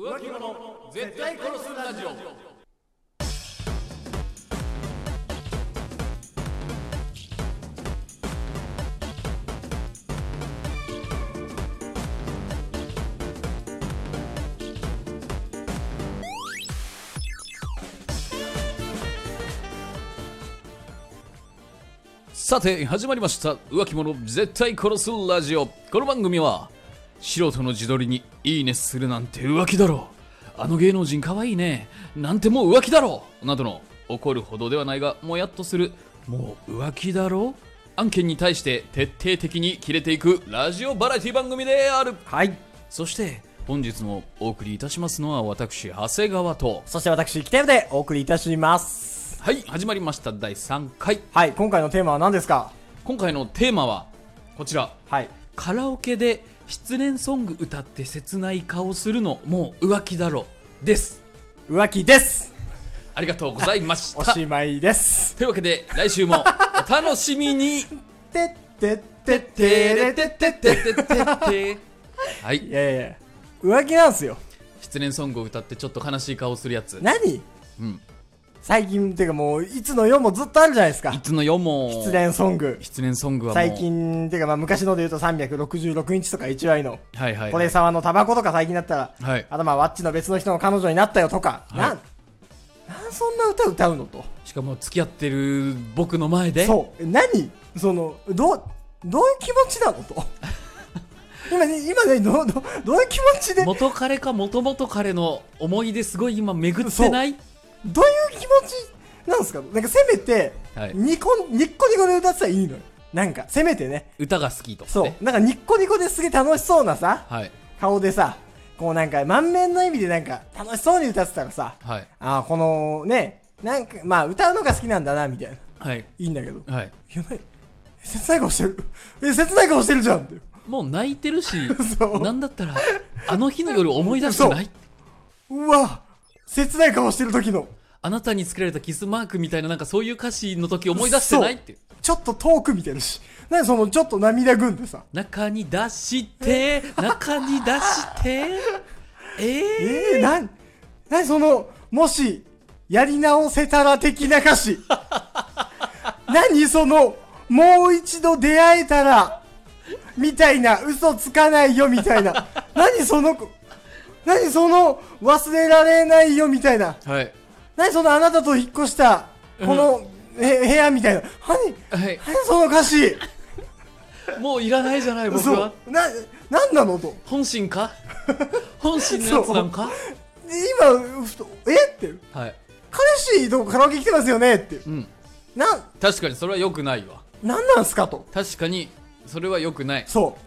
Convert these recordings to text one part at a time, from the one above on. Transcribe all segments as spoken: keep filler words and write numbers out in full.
浮気者絶対殺すラジオ。さて始まりました浮気者絶対殺すラジオ。この番組は素人の自撮りにいいねするなんて浮気だろう、あの芸能人かわいいねなんてもう浮気だろうなどの怒るほどではないがもやっとするもう浮気だろう案件に対して徹底的に切れていくラジオバラエティ番組である。 はい。 そして本日もお送りいたしますのは私長谷川と、 そして私北山でお送りいたします。 はい、始まりましただいさんかい。 はい、今回のテーマは何ですか？ 今回のテーマはこちら。 はい。 カラオケで失恋ソング歌って切ない顔するのもう浮気だろです。 浮気です。 ありがとうございました。 おしまいです。 というわけで来週もお楽しみに。 てってってってれてってってってって。 はい。 いやいや浮気なんすよ。 失恋ソングを歌ってちょっと悲しい顔するやつ。 何？ うん。 最近っていうかもういつの世もずっとあるじゃないですか。 いつの世も失恋ソング。 失恋ソングはもう最近っていうかまあ昔ので言うとさんびゃくろくじゅうろくにちとかいちわいの。 はいはい、はい。 これ沢のタバコとか最近だったら。 はい。 あとまあワッチの別の人の彼女になったよとか。 はい、 なん、なんそんな歌歌うのと。 しかも付き合ってる僕の前で。 そう。何そのどうどういう気持ちなのと。今ね、今ね、どう、どう、どういう気持ちで元彼か元々彼の思い出すごい今巡ってない？ どういう気持ちなんですか？なんかせめて、はい、ニコ、ニッコニコで歌ってたらいいのよ。なんか、せめてね。 歌が好きとか、ね。 そう。なんかニッコニコですげえ楽しそうなさ、 はい、 顔でさ、こうなんか満面の意味でなんか楽しそうに歌ってたらさ、 はい、 ああ、このね、なんか、まあ歌うのが好きなんだな、みたいな。 はい。 いいんだけど。 はい。 やばい。切ない顔してる。え、切ない顔してるじゃんって。 もう泣いてるし、なんだったら、あの日の夜思い出してない？ うわ、切ない顔してる時の。 あなたに作られたキスマークみたいななんかそういう歌詞の時思い出してないって。 ちょっと遠く見てるし。何そのちょっと涙ぐんでさ。 中に出して、中に出して、えー、 えー、な、なにその、もし、やり直せたら的な歌詞。何その、もう一度出会えたら、みたいな、嘘つかないよみたいな。何その、何その、忘れられないよみたいな。 はい。 何そのあなたと引っ越した、この、部屋みたいな。何、はい、何その歌詞。 もういらないじゃない僕は。 な、なんなのと。 本心か本心のやつなんか今、えって。はい。彼氏とカラオケ来てますよねって。うん。な、 確かにそれは良くないわ。 なんなんすかと。 確かに、それは良くない。 そう。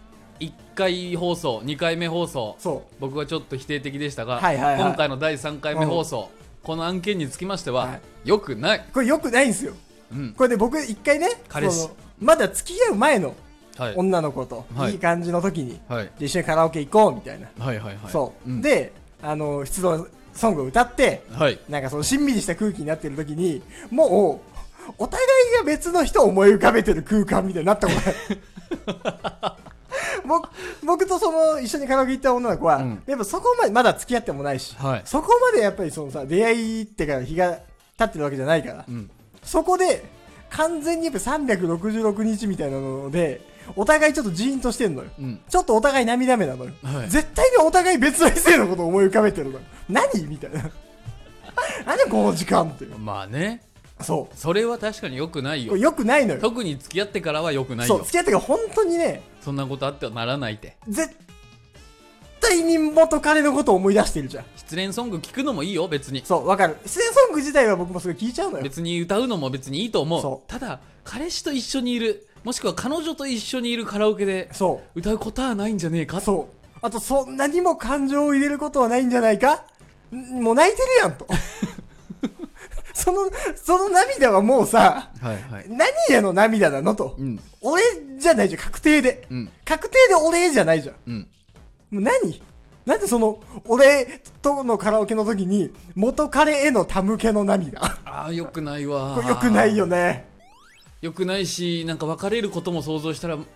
いっかい放送、にかいめ放送。 そう。 僕はちょっと否定的でしたが、 はいはいはい、 今回のだいさんかいめ放送、うん、この案件につきましては、はい、良くない。 これ良くないんですよ。うん。これで僕一回ね、 彼氏。 まだ付き合う前の、はい、女の子と、いい感じの時に、はい、一緒にカラオケ行こうみたいな。 はいはいはい。 そう。うん、で、あの、出動ソングを歌って、はい、なんかそのしんみりした空気になってる時に、もう、お互いが別の人を思い浮かべてる空間みたいになったことない。僕, 僕とその一緒にカラオケ行った女の子は、うん、やっぱそこまでまだ付き合ってもないし、はい、そこまでやっぱりそのさ出会いってから日が経ってるわけじゃないから、うん、そこで完全にやっぱさんびゃくろくじゅうろくにちみたいなのでお互いちょっとジーンとしてんのよ、うん、ちょっとお互い涙目なのよ、はい、絶対にお互い別の異性のことを思い浮かべてるのよ。何みたいな。何この時間って。 まあね、 そうそれは確かに良くないよ。 良くないのよ。 特に付き合ってからは良くないよ。 そう付き合ってから本当にね、 そんなことあってはならないって。 絶対に元彼のことを思い出してるじゃん。 失恋ソング聞くのもいいよ別に。 そうわかる。失恋ソング自体は僕もすごい聞いちゃうのよ。 別に歌うのも別にいいと思う。そうただ彼氏と一緒にいる、もしくは彼女と一緒にいるカラオケで歌うことはないんじゃねえか。 そうあとそんなにも感情を入れることはないんじゃないか。もう泣いてるやんと。その、その涙はもうさ、はいはい、何への涙なのと、うん。俺じゃないじゃん、確定で。うん、確定で俺じゃないじゃん。うん、もう何なんでその、俺とのカラオケの時に、元彼への手向けの涙。 ああ、よくないわ。 これよくないよね。 よくないし、なんか別れることも想像したら、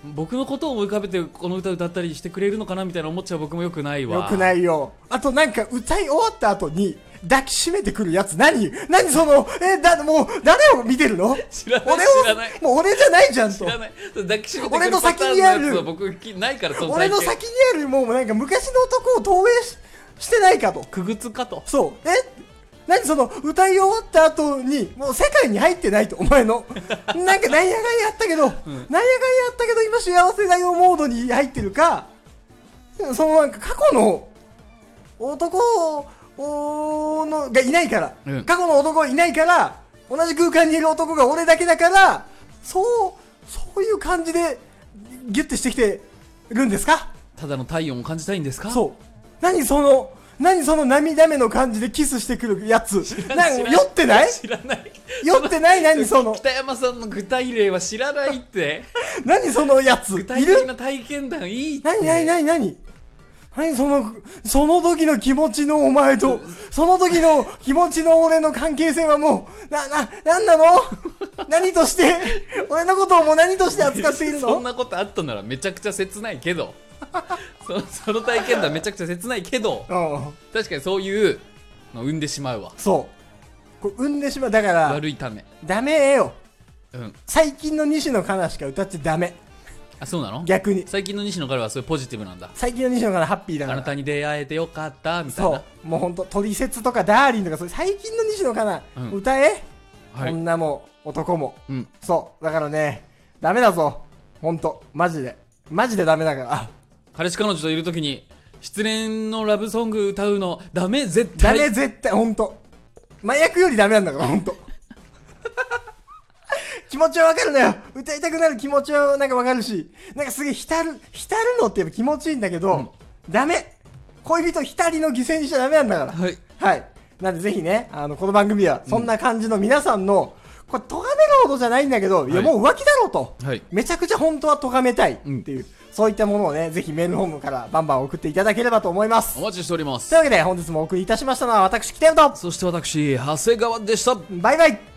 僕のことを思い浮かべてこの歌歌ったりしてくれるのかなみたいな思っちゃう僕もよくないわ。 よくないよ。あとなんか歌い終わった後に抱きしめてくるやつ何何そのえだもう誰を見てるの？ 知らない俺を知らないもう俺じゃないじゃんと。 知らない抱きしめてく俺のるパターンの先にあるやつは僕きないからその俺の体験先にあるもうなんか昔の男を投影ししてないかと。 くぐつかと。 そうえ何その歌い終わった後にもう世界に入ってないとお前のなんかなんやかんやあったけど、うん、なんやかんやあったけど今幸せだよモードに入ってるか、そのなんか過去の男のがいないから、うん、過去の男がいないから同じ空間にいる男が俺だけだからそうそういう感じでギュッてしてきてるんですか？ ただの体温を感じたいんですか？ そう何その何その涙目の感じでキスしてくるやつなんか酔ってない？ 知らない酔ってない何その北山さんの具体例は知らないって何そのやつ具体的な体験談いいって何何何何何そのその時の気持ちのお前とその時の気持ちの俺の関係性はもうな、な、なんなの何として俺のことをもう何として扱っているの？ そんなことあったならめちゃくちゃ切ないけどそ, その体験談めちゃくちゃ切ないけど、うん、確かにそういうの生んでしまうわ。 そうこれ生んでしまうだから悪いためダメよ、 うん、 最近の西野カナしか歌っちゃダメ。 あ、そうなの？ 逆に最近の西野からはそういうポジティブなんだ。 最近の西野からハッピーだからあなたに出会えてよかったみたいな。 そうもうほんとトリセツとかダーリンとかそういう最近の西野カナ、うん、歌え、はい、女も男も、うん、そうだからねダメだぞほんとマジでマジでダメだから。 彼氏彼女といるときに失恋のラブソング歌うのダメ絶対ダメ絶対ほんと麻薬よりダメなんだからほんと気持ちはわかるのよ。歌いたくなる気持ちはなんかわかるしなんかすげえ浸る浸るのってやっぱ気持ちいいんだけど、うん、ダメ恋人浸りの犠牲にしちゃダメなんだから。はい、はい、なんでぜひねあのこの番組はそんな感じの皆さんの、うん、これ咎めるほどじゃないんだけど、はい、いやもう浮気だろうと、はい、めちゃくちゃ本当は咎めたいっていう、うんそういったものをね、ぜひメールホームからバンバン送っていただければと思います。 お待ちしております。 というわけで本日もお送りいたしましたのは私、北山と、 そして私、長谷川でした。 バイバイ。